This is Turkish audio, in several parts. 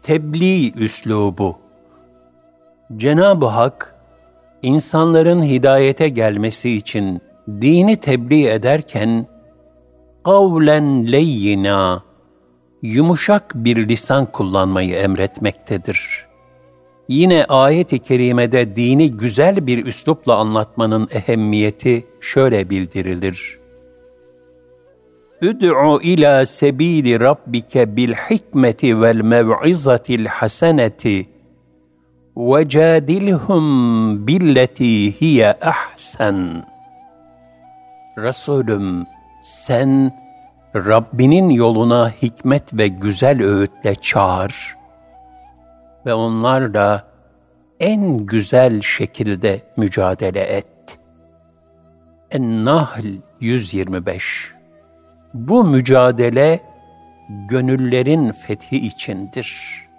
Tebliğ üslubu. Cenab-ı Hak, insanların hidayete gelmesi için dini tebliğ ederken, kavlen leyyina, yumuşak bir lisan kullanmayı emretmektedir. Yine ayet-i kerimede dini güzel bir üslupla anlatmanın ehemmiyeti şöyle bildirilir. Üd'u ila sebili rabbike bil hikmeti vel mev'izatil haseneti ve cadilhum billeti hiye ahsen. Resulüm, sen Rabbinin yoluna hikmet ve güzel öğütle çağır ve onlarla en güzel şekilde mücadele et. En-Nahl 125. Bu mücadele gönüllerin fethi içindir.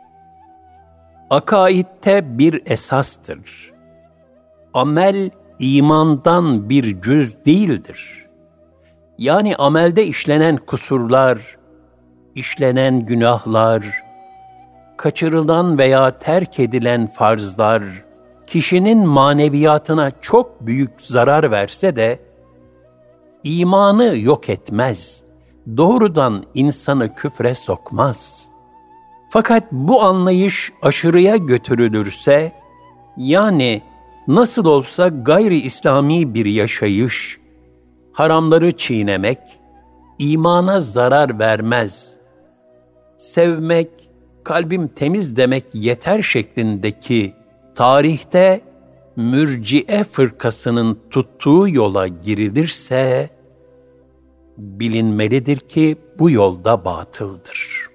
Akaid'te bir esastır. Amel imandan bir cüz değildir. Yani amelde işlenen kusurlar, işlenen günahlar, kaçırılan veya terk edilen farzlar, kişinin maneviyatına çok büyük zarar verse de, imanı yok etmez, doğrudan insanı küfre sokmaz. Fakat bu anlayış aşırıya götürülürse, yani nasıl olsa gayri İslami bir yaşayış, haramları çiğnemek, imana zarar vermez. Sevmek, kalbim temiz demek yeter şeklindeki tarihte mürciye fırkasının tuttuğu yola girilirse, bilinmelidir ki bu yolda batıldır.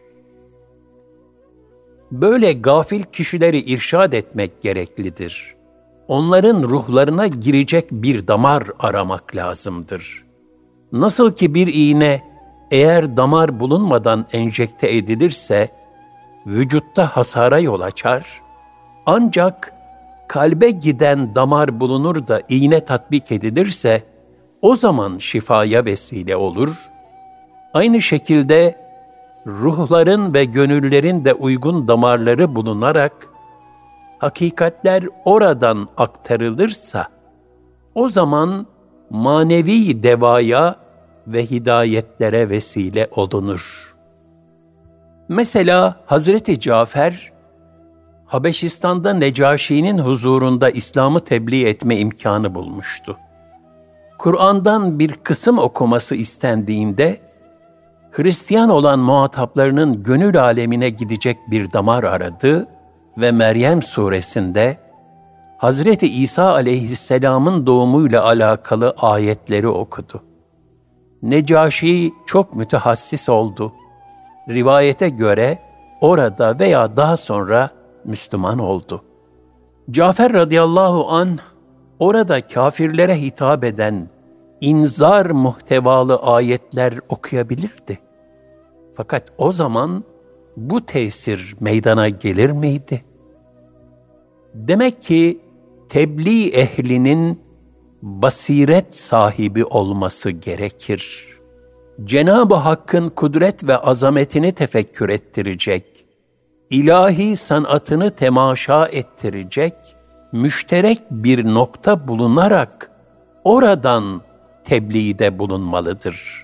Böyle gafil kişileri irşad etmek gereklidir. Onların ruhlarına girecek bir damar aramak lazımdır. Nasıl ki bir iğne eğer damar bulunmadan enjekte edilirse, vücutta hasara yol açar, ancak kalbe giden damar bulunur da iğne tatbik edilirse, o zaman şifaya vesile olur. Aynı şekilde ruhların ve gönüllerin de uygun damarları bulunarak, hakikatler oradan aktarılırsa, o zaman manevi devaya ve hidayetlere vesile olunur. Mesela Hazreti Cafer, Habeşistan'da Necaşi'nin huzurunda İslam'ı tebliğ etme imkanı bulmuştu. Kur'an'dan bir kısım okuması istendiğinde, Hristiyan olan muhataplarının gönül alemine gidecek bir damar aradı ve Meryem suresinde Hazreti İsa aleyhisselamın doğumuyla alakalı ayetleri okudu. Necaşi çok mütehassis oldu. Rivayete göre orada veya daha sonra Müslüman oldu. Cafer radıyallahu anh orada kafirlere hitap eden inzar muhtevalı ayetler okuyabilirdi. Fakat o zaman bu tesir meydana gelir miydi? Demek ki tebliğ ehlinin basiret sahibi olması gerekir. Cenab-ı Hakk'ın kudret ve azametini tefekkür ettirecek, ilahi sanatını temaşa ettirecek, müşterek bir nokta bulunarak oradan tebliğde bulunmalıdır.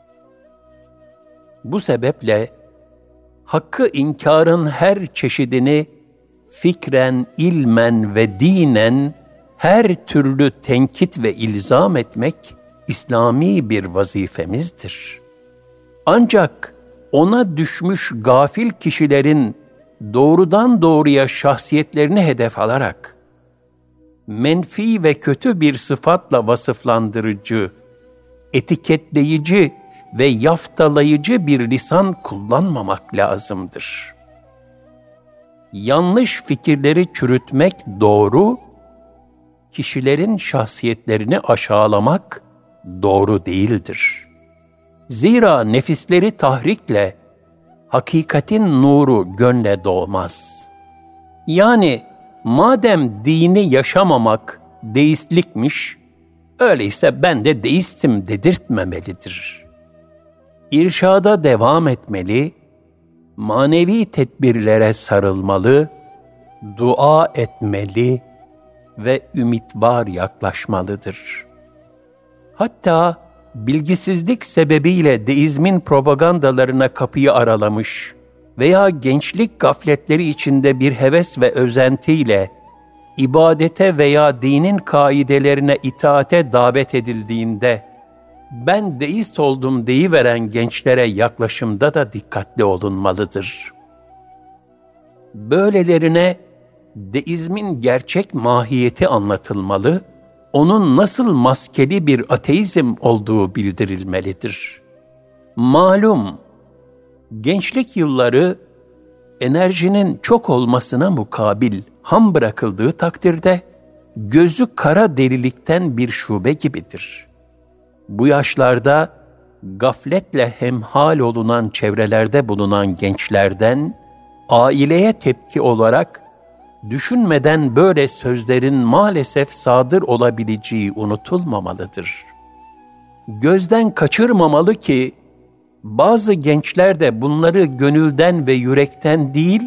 Bu sebeple hakkı inkarın her çeşidini fikren, ilmen ve dinen her türlü tenkit ve ilzam etmek İslami bir vazifemizdir. Ancak ona düşmüş gafil kişilerin doğrudan doğruya şahsiyetlerini hedef alarak menfi ve kötü bir sıfatla vasıflandırıcı, etiketleyici ve yaftalayıcı bir lisan kullanmamak lazımdır. Yanlış fikirleri çürütmek doğru, kişilerin şahsiyetlerini aşağılamak doğru değildir. Zira nefisleri tahrikle hakikatin nuru gönle doğmaz. Yani madem dini yaşamamak deistlikmiş, öyleyse ben de deistim dedirtmemelidir. İrşada devam etmeli, manevi tedbirlere sarılmalı, dua etmeli ve ümitvar yaklaşmalıdır. Hatta bilgisizlik sebebiyle deizmin propagandalarına kapıyı aralamış veya gençlik gafletleri içinde bir heves ve özentiyle ibadete veya dinin kaidelerine itaate davet edildiğinde, ben deist oldum deyiveren gençlere yaklaşımda da dikkatli olunmalıdır. Böylelerine deizmin gerçek mahiyeti anlatılmalı, onun nasıl maskeli bir ateizm olduğu bildirilmelidir. Malum, gençlik yılları enerjinin çok olmasına mukabil ham bırakıldığı takdirde gözü kara delilikten bir şube gibidir. Bu yaşlarda gafletle hemhal olunan çevrelerde bulunan gençlerden aileye tepki olarak düşünmeden böyle sözlerin maalesef sadır olabileceği unutulmamalıdır. Gözden kaçırmamalı ki bazı gençler de bunları gönülden ve yürekten değil,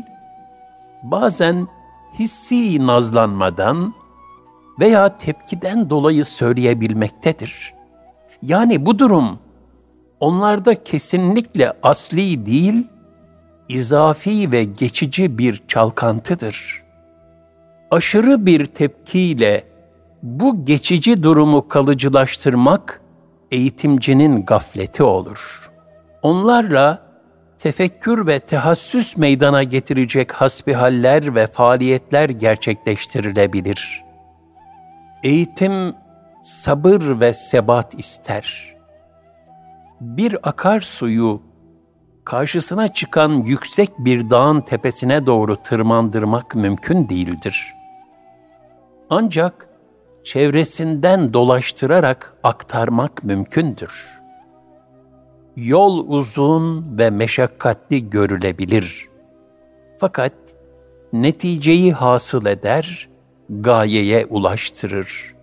bazen hissi nazlanmadan veya tepkiden dolayı söyleyebilmektedir. Yani bu durum onlarda kesinlikle asli değil, izafi ve geçici bir çalkantıdır. Aşırı bir tepkiyle bu geçici durumu kalıcılaştırmak eğitimcinin gafleti olur. Onlarla tefekkür ve tehassüs meydana getirecek hasbihaller ve faaliyetler gerçekleştirilebilir. Eğitim sabır ve sebat ister. Bir akarsuyu karşısına çıkan yüksek bir dağın tepesine doğru tırmandırmak mümkün değildir. Ancak çevresinden dolaştırarak aktarmak mümkündür. Yol uzun ve meşakkatli görülebilir. Fakat neticeyi hasıl eder, gayeye ulaştırır.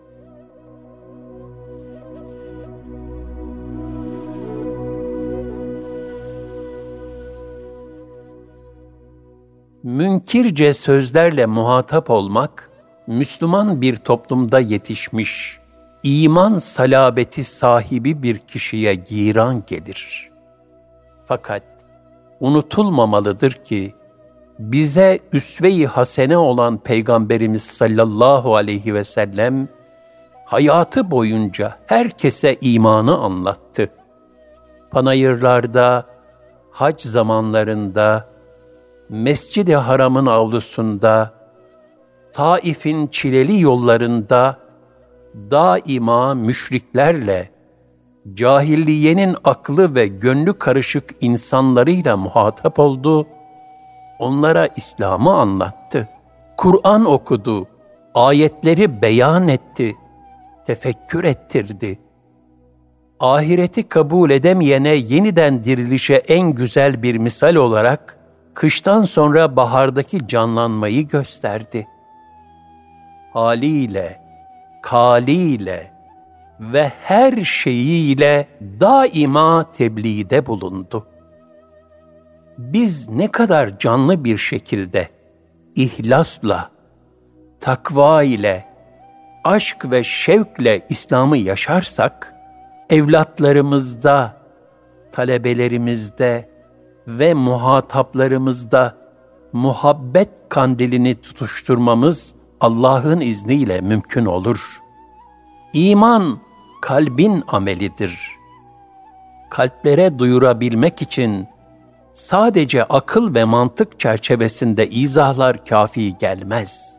Münkirce sözlerle muhatap olmak, Müslüman bir toplumda yetişmiş, iman salabeti sahibi bir kişiye giran gelir. Fakat unutulmamalıdır ki, bize üsve-i hasene olan Peygamberimiz sallallahu aleyhi ve sellem, hayatı boyunca herkese imanı anlattı. Panayırlarda, hac zamanlarında, Mescid-i Haram'ın avlusunda, Taif'in çileli yollarında daima müşriklerle, cahiliyenin aklı ve gönlü karışık insanlarıyla muhatap oldu, onlara İslam'ı anlattı, Kur'an okudu, ayetleri beyan etti, tefekkür ettirdi. Ahireti kabul edemeyene yeniden dirilişe en güzel bir misal olarak, kıştan sonra bahardaki canlanmayı gösterdi. Haliyle, kaliyle ve her şeyiyle daima tebliğde bulundu. Biz ne kadar canlı bir şekilde, ihlasla, takva ile, aşk ve şevkle İslam'ı yaşarsak, evlatlarımızda, talebelerimizde ve muhataplarımızda muhabbet kandilini tutuşturmamız Allah'ın izniyle mümkün olur. İman kalbin amelidir. Kalplere duyurabilmek için sadece akıl ve mantık çerçevesinde izahlar kafi gelmez.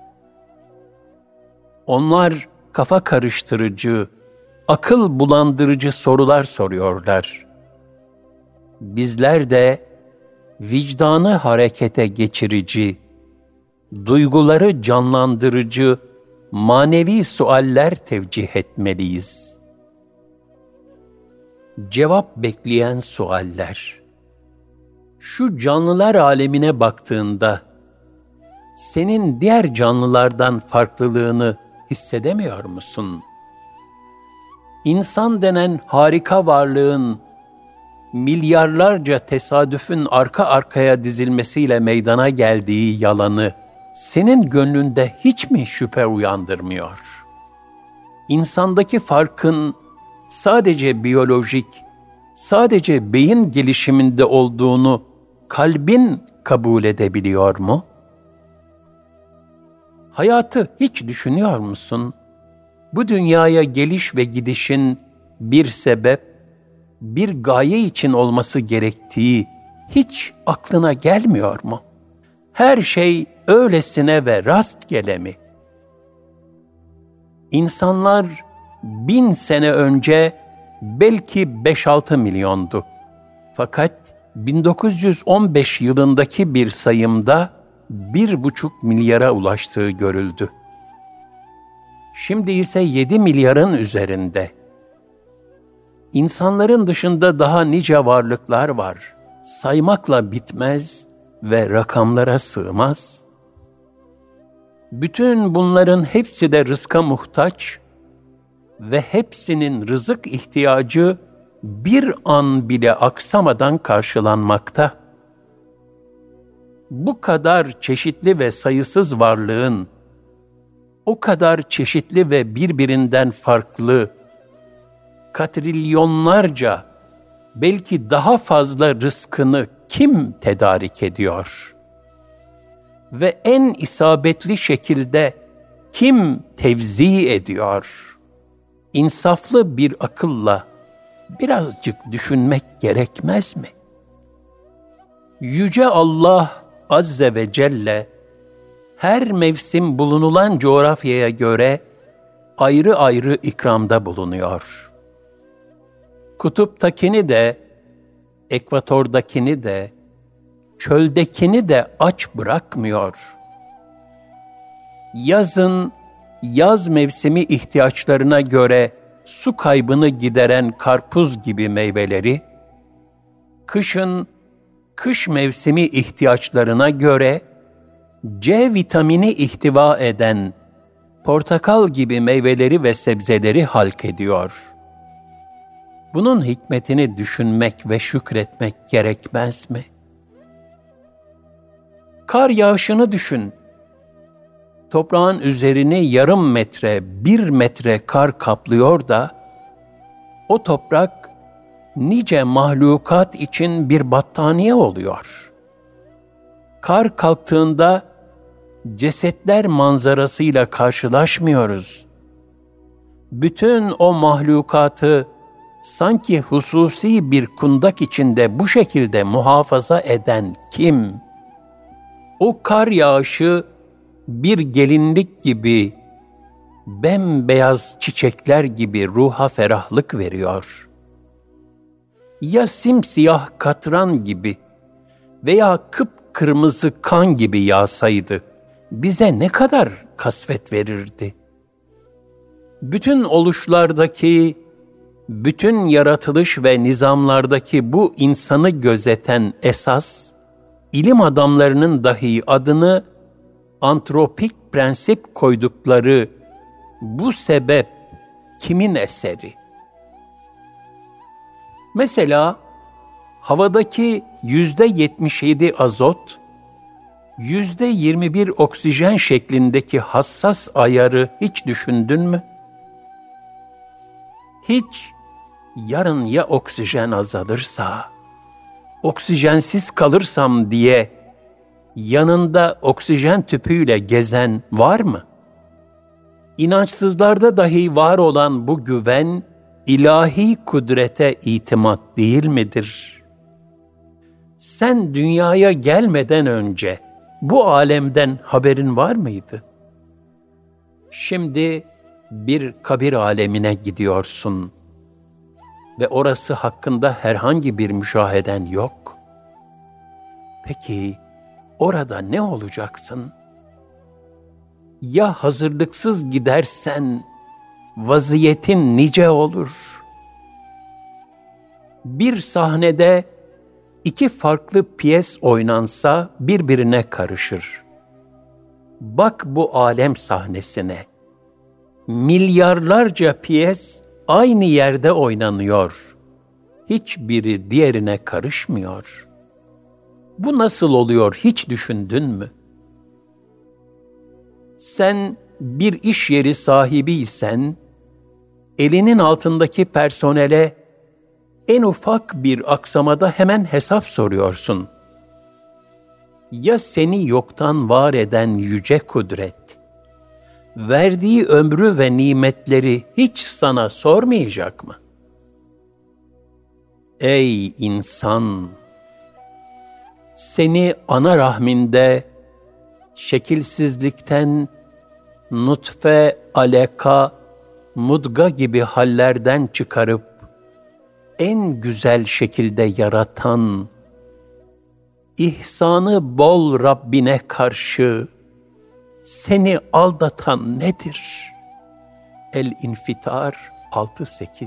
Onlar kafa karıştırıcı, akıl bulandırıcı sorular soruyorlar. Bizler de vicdanı harekete geçirici, duyguları canlandırıcı manevi sualler tevcih etmeliyiz. Cevap bekleyen sualler. Şu canlılar alemine baktığında, senin diğer canlılardan farklılığını hissedemiyor musun? İnsan denen harika varlığın milyarlarca tesadüfün arka arkaya dizilmesiyle meydana geldiği yalanı senin gönlünde hiç mi şüphe uyandırmıyor? İnsandaki farkın sadece biyolojik, sadece beyin gelişiminde olduğunu kalbin kabul edebiliyor mu? Hayatı hiç düşünüyor musun? Bu dünyaya geliş ve gidişin bir sebep, bir gaye için olması gerektiği hiç aklına gelmiyor mu? Her şey öylesine ve rastgele mi? İnsanlar 1000 sene önce belki 5-6 milyondu. Fakat 1915 yılındaki bir sayımda 1,5 milyara ulaştığı görüldü. Şimdi ise 7 milyarın üzerinde. İnsanların dışında daha nice varlıklar var. Saymakla bitmez ve rakamlara sığmaz. Bütün bunların hepsi de rızka muhtaç ve hepsinin rızık ihtiyacı bir an bile aksamadan karşılanmakta. Bu kadar çeşitli ve sayısız varlığın, o kadar çeşitli ve birbirinden farklı, katrilyonlarca, belki daha fazla rızkını kim tedarik ediyor? Ve en isabetli şekilde kim tevzi ediyor? İnsaflı bir akılla birazcık düşünmek gerekmez mi? Yüce Allah Azze ve Celle, her mevsim bulunulan coğrafyaya göre ayrı ayrı ikramda bulunuyor. Kutuptakini de, ekvatordakini de, çöldekini de aç bırakmıyor. Yazın, yaz mevsimi ihtiyaçlarına göre su kaybını gideren karpuz gibi meyveleri, kışın, kış mevsimi ihtiyaçlarına göre C vitamini ihtiva eden portakal gibi meyveleri ve sebzeleri halk ediyor. Bunun hikmetini düşünmek ve şükretmek gerekmez mi? Kar yağışını düşün. Toprağın üzerini yarım metre, 1 metre kar kaplıyor da, o toprak nice mahlukat için bir battaniye oluyor. Kar kalktığında cesetler manzarasıyla karşılaşmıyoruz. Bütün o mahlukatı sanki hususi bir kundak içinde bu şekilde muhafaza eden kim? O kar yağışı bir gelinlik gibi, bembeyaz çiçekler gibi ruha ferahlık veriyor. Ya simsiyah katran gibi veya kıpkırmızı kan gibi yağsaydı, bize ne kadar kasvet verirdi? Bütün oluşlardaki, bütün yaratılış ve nizamlardaki bu insanı gözeten esas, ilim adamlarının dahi adını antropik prensip koydukları bu sebep kimin eseri? Mesela havadaki %77 azot, %21 oksijen şeklindeki hassas ayarı hiç düşündün mü? Hiç yarın ya oksijen azalırsa, oksijensiz kalırsam diye yanında oksijen tüpüyle gezen var mı? İnançsızlarda dahi var olan bu güven, ilahi kudrete itimat değil midir? Sen dünyaya gelmeden önce bu alemden haberin var mıydı? Şimdi bir kabir alemine gidiyorsun ve orası hakkında herhangi bir müşaheden yok. Peki orada ne olacaksın? Ya hazırlıksız gidersen vaziyetin nice olur? Bir sahnede 2 farklı piyes oynansa birbirine karışır. Bak bu alem sahnesine. Milyarlarca piyes aynı yerde oynanıyor. hiçbiri diğerine karışmıyor. Bu nasıl oluyor hiç düşündün mü? Sen bir iş yeri sahibiysen, elinin altındaki personele en ufak bir aksamada hemen hesap soruyorsun. Ya seni yoktan var eden yüce kudret, verdiği ömrü ve nimetleri hiç sana sormayacak mı? Ey insan! Seni ana rahminde şekilsizlikten nutfe, alaka, mudga gibi hallerden çıkarıp en güzel şekilde yaratan, ihsanı bol Rabbine karşı seni aldatan nedir? El-İnfitar 6-8.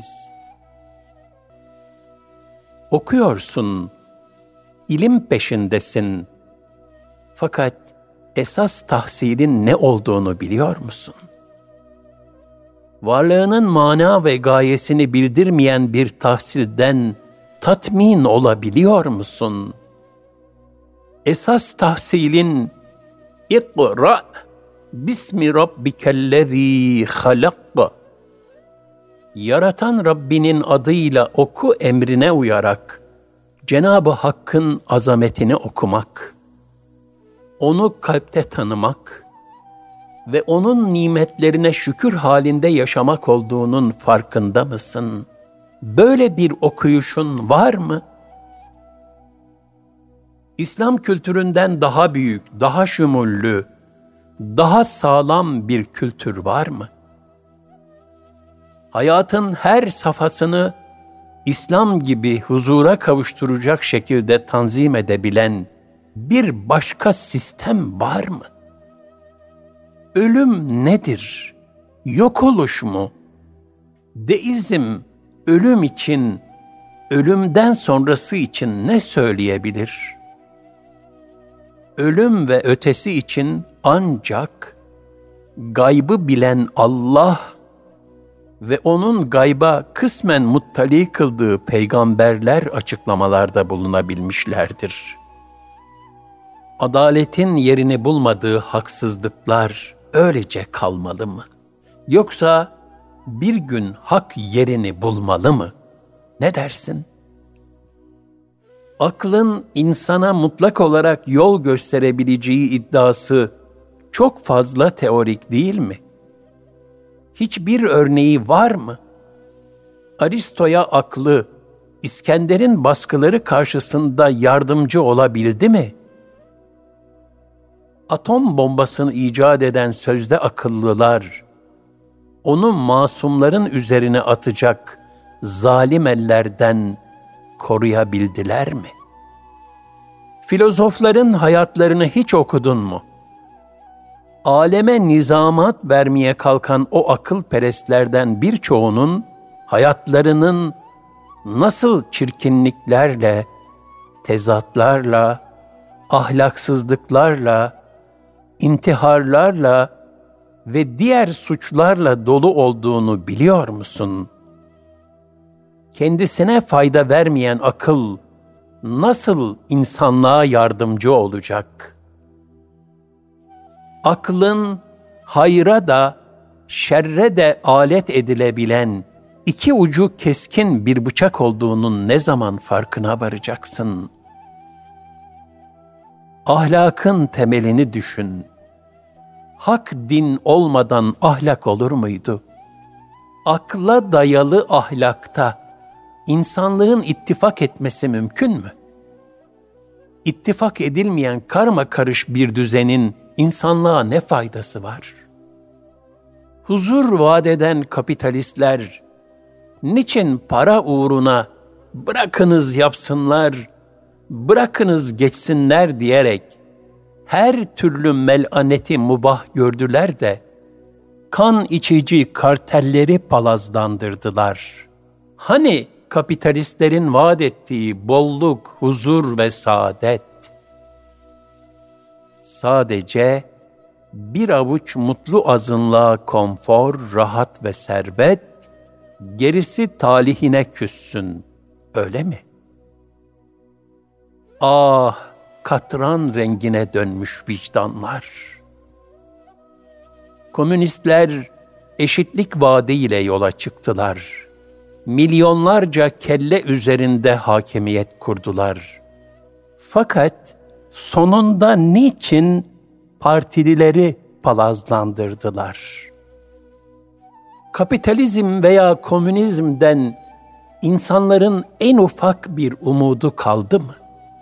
Okuyorsun, ilim peşindesin. Fakat esas tahsilin ne olduğunu biliyor musun? Varlığının mana ve gayesini bildirmeyen bir tahsilden tatmin olabiliyor musun? Esas tahsilin İkra bismi rabbikellezî halak. Yaratan Rabbinin adıyla oku emrine uyarak Cenab-ı Hakk'ın azametini okumak, onu kalpte tanımak ve onun nimetlerine şükür halinde yaşamak olduğunun farkında mısın? Böyle bir okuyuşun var mı? İslam kültüründen daha büyük, daha şumullü, daha sağlam bir kültür var mı? Hayatın her safhasını İslam gibi huzura kavuşturacak şekilde tanzim edebilen bir başka sistem var mı? Ölüm nedir? Yok oluş mu? Deizm, ölüm için, ölümden sonrası için ne söyleyebilir? Ölüm ve ötesi için ancak gaybı bilen Allah ve onun gayba kısmen muttali kıldığı peygamberler açıklamalarda bulunabilmişlerdir. Adaletin yerini bulmadığı haksızlıklar öylece kalmalı mı? Yoksa bir gün hak yerini bulmalı mı? Ne dersin? Aklın insana mutlak olarak yol gösterebileceği iddiası çok fazla teorik değil mi? Hiçbir örneği var mı? Aristo'ya aklı, İskender'in baskıları karşısında yardımcı olabildi mi? Atom bombasını icat eden sözde akıllılar, onu masumların üzerine atacak zalim ellerden koruyabildiler mi? Filozofların hayatlarını hiç okudun mu? Aleme nizamat vermeye kalkan o akılperestlerden birçoğunun hayatlarının nasıl çirkinliklerle, tezatlarla, ahlaksızlıklarla, intiharlarla ve diğer suçlarla dolu olduğunu biliyor musun? Kendisine fayda vermeyen akıl nasıl insanlığa yardımcı olacak? Aklın hayra da şerre de alet edilebilen iki ucu keskin bir bıçak olduğunun ne zaman farkına varacaksın? Ahlakın temelini düşün. Hak din olmadan ahlak olur muydu? Akla dayalı ahlakta insanlığın ittifak etmesi mümkün mü? İttifak edilmeyen karmakarış bir düzenin insanlığa ne faydası var? Huzur vaat eden kapitalistler, niçin para uğruna bırakınız yapsınlar, bırakınız geçsinler diyerek her türlü melaneti mubah gördüler de, kan içici kartelleri palazlandırdılar. Hani kapitalistlerin vaat ettiği bolluk, huzur ve saadet? Sadece bir avuç mutlu azınlığa konfor, rahat ve servet, gerisi talihine küssün. öyle mi? Ah, katran rengine dönmüş vicdanlar. Komünistler eşitlik vaadiyle yola çıktılar. Milyonlarca kelle üzerinde hakimiyet kurdular. Fakat sonunda niçin partilileri palazlandırdılar? Kapitalizm veya komünizmden insanların en ufak bir umudu kaldı mı?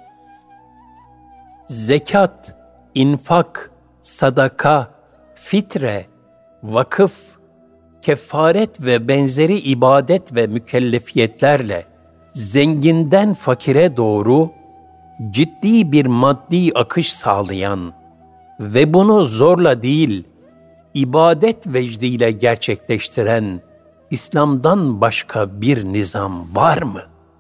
Zekat, infak, sadaka, fitre, vakıf, kefaret ve benzeri ibadet ve mükellefiyetlerle zenginden fakire doğru ciddi bir maddi akış sağlayan ve bunu zorla değil, ibadet vecdiyle gerçekleştiren İslam'dan başka bir nizam var mı?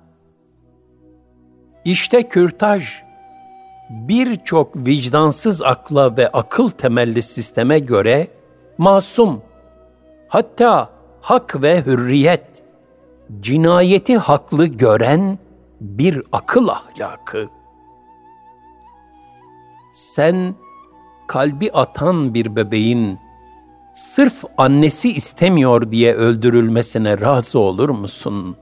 İşte kürtaj, birçok vicdansız akla ve akıl temelli sisteme göre masum, hatta hak ve hürriyet, cinayeti haklı gören bir akıl ahlakı. Sen kalbi atan bir bebeğin sırf annesi istemiyor diye öldürülmesine razı olur musun?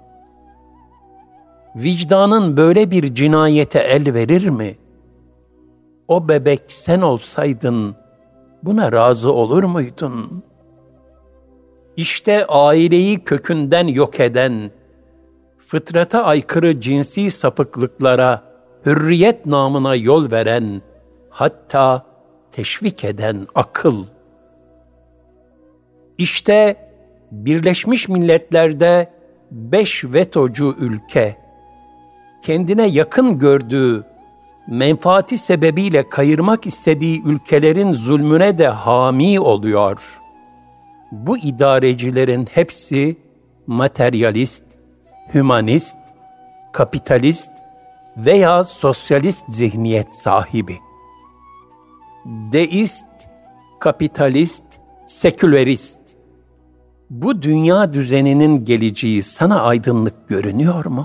Vicdanın böyle bir cinayete el verir mi? O bebek sen olsaydın buna razı olur muydun? İşte aileyi kökünden yok eden, fıtrata aykırı cinsi sapıklıklara, hürriyet namına yol veren, hatta teşvik eden akıl. İşte Birleşmiş Milletler'de 5 vetocu ülke, kendine yakın gördüğü, menfaati sebebiyle kayırmak istediği ülkelerin zulmüne de hami oluyor. Bu idarecilerin hepsi materyalist, hümanist, kapitalist veya sosyalist zihniyet sahibi. Deist, kapitalist, sekülerist. Bu dünya düzeninin geleceği sana aydınlık görünüyor mu?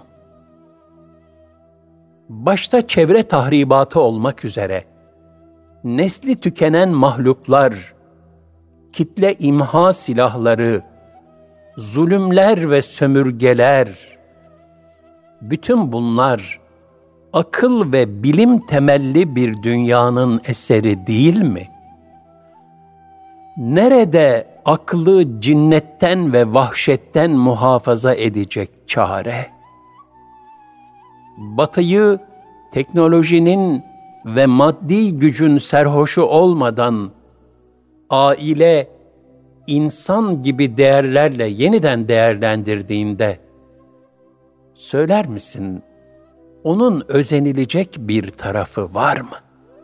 Başta çevre tahribatı olmak üzere, nesli tükenen mahluklar, kitle imha silahları, zulümler ve sömürgeler, bütün bunlar akıl ve bilim temelli bir dünyanın eseri değil mi? Nerede aklı cinnetten ve vahşetten muhafaza edecek çare? Batıyı teknolojinin ve maddi gücün serhoşu olmadan aile, insan gibi değerlerle yeniden değerlendirdiğinde, söyler misin, onun özenilecek bir tarafı var mı?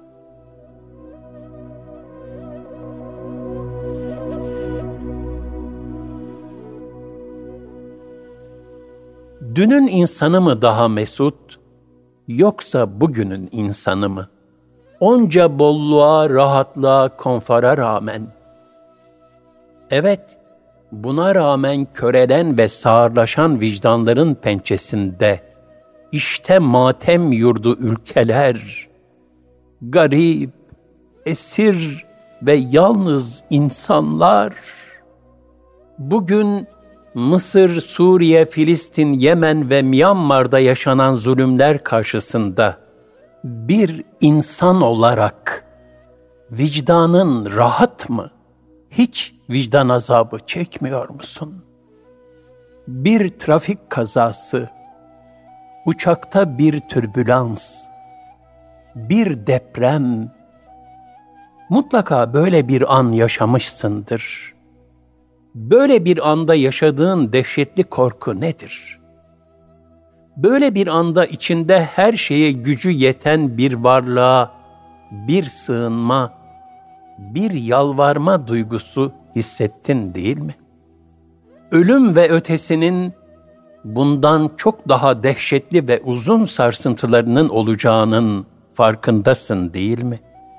Dünün insanı mı daha mesut, yoksa bugünün insanı mı? Onca bolluğa, rahatlığa, konfora rağmen. Evet, buna rağmen körelen ve sağırlaşan vicdanların pençesinde, işte matem yurdu ülkeler, garip, esir ve yalnız insanlar. Bugün Mısır, Suriye, Filistin, Yemen ve Myanmar'da yaşanan zulümler karşısında bir insan olarak vicdanın rahat mı? Hiç vicdan azabı çekmiyor musun? Bir trafik kazası, uçakta bir türbülans, bir deprem, mutlaka böyle bir an yaşamışsındır. Böyle bir anda yaşadığın dehşetli korku nedir? Böyle bir anda içinde her şeye gücü yeten bir varlığa, bir sığınma, bir yalvarma duygusu hissettin değil mi? Ölüm ve ötesinin bundan çok daha dehşetli ve uzun sarsıntılarının olacağının farkındasın değil mi?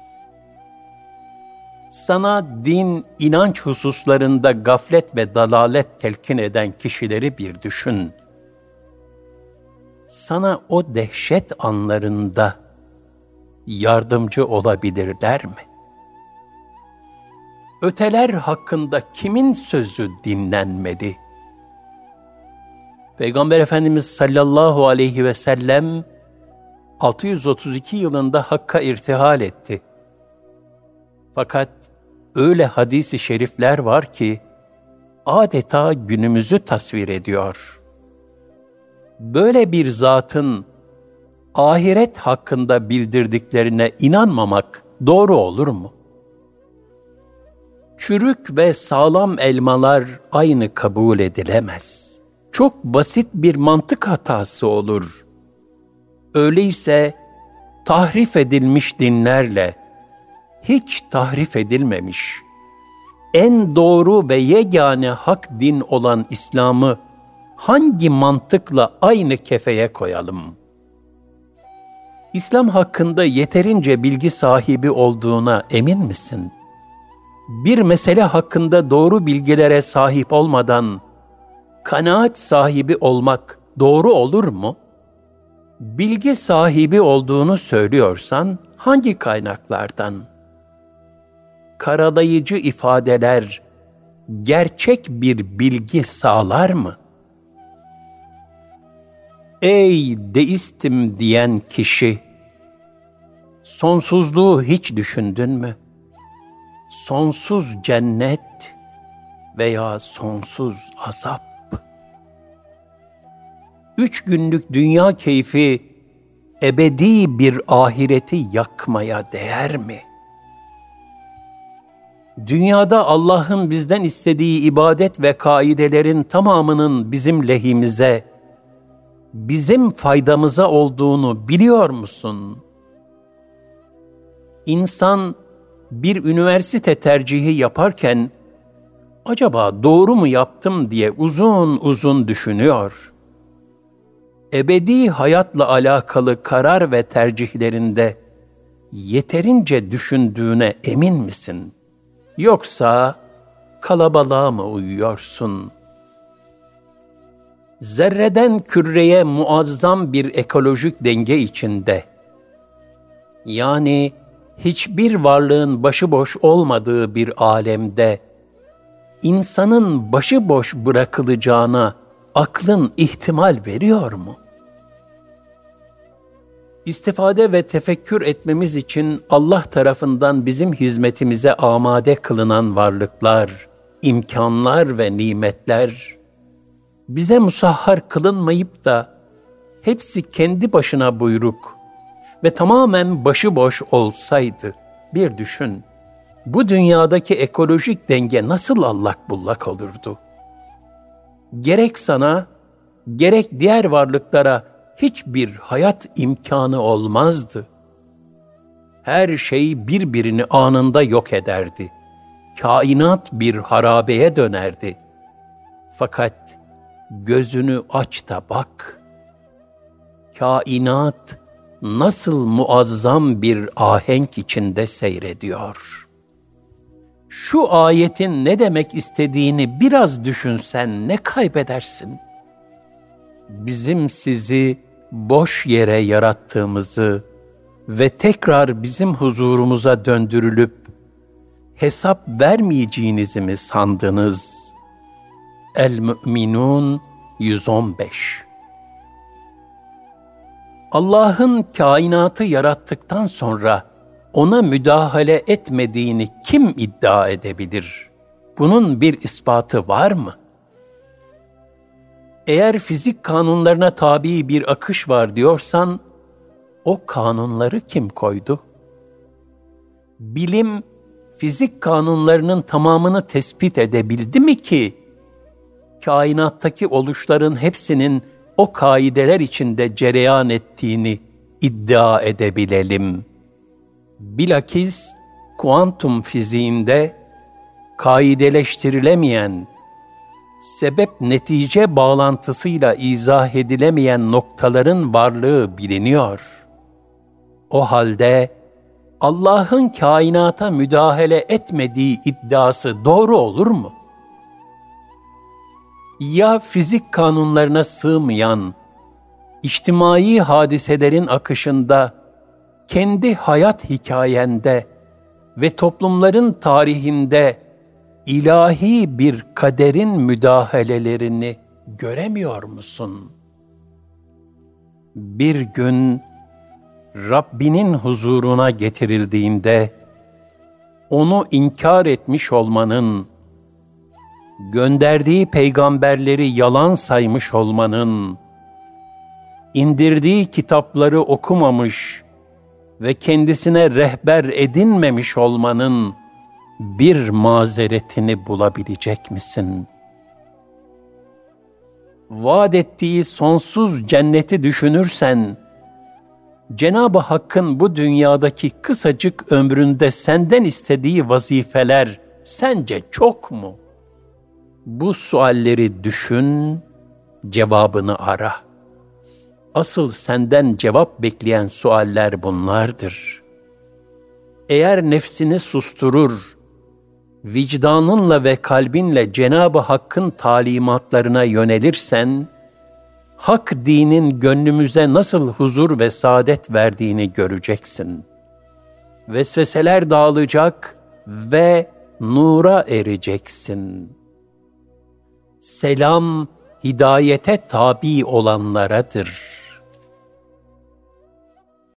Sana din, inanç hususlarında gaflet ve dalalet telkin eden kişileri bir düşün. sana o dehşet anlarında yardımcı olabilirler mi? Öteler hakkında kimin sözü dinlenmeli? Peygamber Efendimiz sallallahu aleyhi ve sellem 632 yılında Hakk'a irtihal etti. Fakat öyle hadis-i şerifler var ki adeta günümüzü tasvir ediyor. Böyle bir zatın ahiret hakkında bildirdiklerine inanmamak doğru olur mu? Çürük ve sağlam elmalar aynı kabul edilemez. Çok basit bir mantık hatası olur. Öyleyse tahrif edilmiş dinlerle hiç tahrif edilmemiş, en doğru ve yegane hak din olan İslam'ı hangi mantıkla aynı kefeye koyalım? İslam hakkında yeterince bilgi sahibi olduğuna emin misin? Bir mesele hakkında doğru bilgilere sahip olmadan kanaat sahibi olmak doğru olur mu? Bilgi sahibi olduğunu söylüyorsan hangi kaynaklardan? Karalayıcı ifadeler gerçek bir bilgi sağlar mı? Ey deistim diyen kişi, sonsuzluğu hiç düşündün mü? Sonsuz cennet veya sonsuz azap. 3 günlük dünya keyfi ebedi bir ahireti yakmaya değer mi? Dünyada Allah'ın bizden istediği ibadet ve kaidelerin tamamının bizim lehimize, bizim faydamıza olduğunu biliyor musun? İnsan bir üniversite tercihi yaparken acaba doğru mu yaptım diye uzun uzun düşünüyor. Ebedi hayatla alakalı karar ve tercihlerinde yeterince düşündüğüne emin misin? Yoksa kalabalığa mı uyuyorsun? Zerreden küreye muazzam bir ekolojik denge içinde, yani hiçbir varlığın başıboş olmadığı bir alemde, insanın başıboş bırakılacağına aklın ihtimal veriyor mu? İstifade ve tefekkür etmemiz için Allah tarafından bizim hizmetimize amade kılınan varlıklar, imkanlar ve nimetler, bize musahhar kılınmayıp da hepsi kendi başına buyruk ve tamamen başıboş olsaydı, bir düşün, bu dünyadaki ekolojik denge nasıl allak bullak olurdu? Gerek sana, gerek diğer varlıklara hiçbir hayat imkanı olmazdı. Her şey birbirini anında yok ederdi. Kainat bir harabeye dönerdi. Fakat gözünü aç da bak. Kainat nasıl muazzam bir ahenk içinde seyrediyor. Şu ayetin ne demek istediğini biraz düşünsen ne kaybedersin? Bizim sizi boş yere yarattığımızı ve tekrar bizim huzurumuza döndürülüp hesap vermeyeceğinizi mi sandınız? El-Mü'minun 115. Allah'ın kainatı yarattıktan sonra ona müdahale etmediğini kim iddia edebilir? Bunun bir ispatı var mı? Eğer fizik kanunlarına tabi bir akış var diyorsan, o kanunları kim koydu? Bilim, fizik kanunlarının tamamını tespit edebildi mi ki, kainattaki oluşların hepsinin o kaideler içinde cereyan ettiğini iddia edebilelim? Bilakis, kuantum fiziğinde kaideleştirilemeyen, sebep-netice bağlantısıyla izah edilemeyen noktaların varlığı biliniyor. O halde Allah'ın kainata müdahale etmediği iddiası doğru olur mu? Ya fizik kanunlarına sığmayan, içtimai hadiselerin akışında, kendi hayat hikayende ve toplumların tarihinde ilahi bir kaderin müdahalelerini göremiyor musun? Bir gün Rabbinin huzuruna getirildiğinde, onu inkar etmiş olmanın, gönderdiği peygamberleri yalan saymış olmanın, indirdiği kitapları okumamış ve kendisine rehber edinmemiş olmanın bir mazeretini bulabilecek misin? Vaat ettiği sonsuz cenneti düşünürsen, Cenab-ı Hakk'ın bu dünyadaki kısacık ömründe senden istediği vazifeler sence çok mu? Bu sualleri düşün, cevabını ara. Asıl senden cevap bekleyen sualler bunlardır. Eğer nefsini susturur, vicdanınla ve kalbinle Cenab-ı Hakk'ın talimatlarına yönelirsen, Hak dinin gönlümüze nasıl huzur ve saadet verdiğini göreceksin. Vesveseler dağılacak ve nura ereceksin. Selam, hidayete tabi olanlaradır.